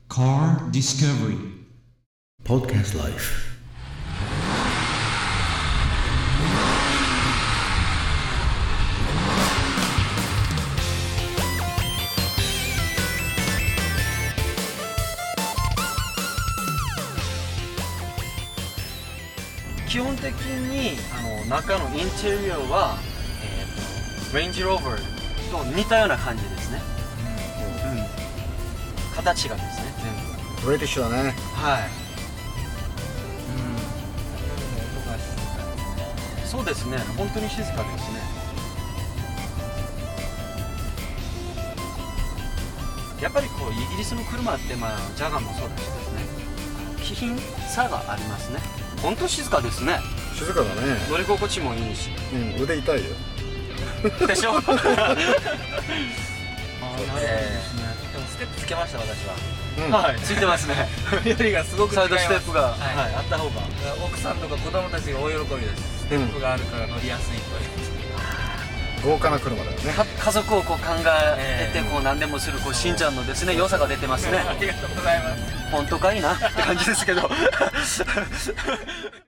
Car Discovery Podcast Life. 基本的に中のインテリアは、レンジローバーと似たような感じですね、形がですね全部ブリティッシュだね。 はい、そうですね、本当に静かですね。やっぱりこうイギリスの車って、ジャガーもそうだしですね、気品さがありますね。本当静かですね。 静かだね。 乗り心地もいいし、 腕痛いよ。 でしょでもステップつけました私は、はい、ついてますね。 よりがすごく違います。 サイドステップが、 はいはい、あった方が奥さんとか子供たちが大喜びです。ステップがあるから乗りやすいという、 豪華な車だよね。 家族をこう考えてこう何でもするこうしんちゃんのですね良さが出てますね。 ありがとうございます。 本当かいなって感じですけど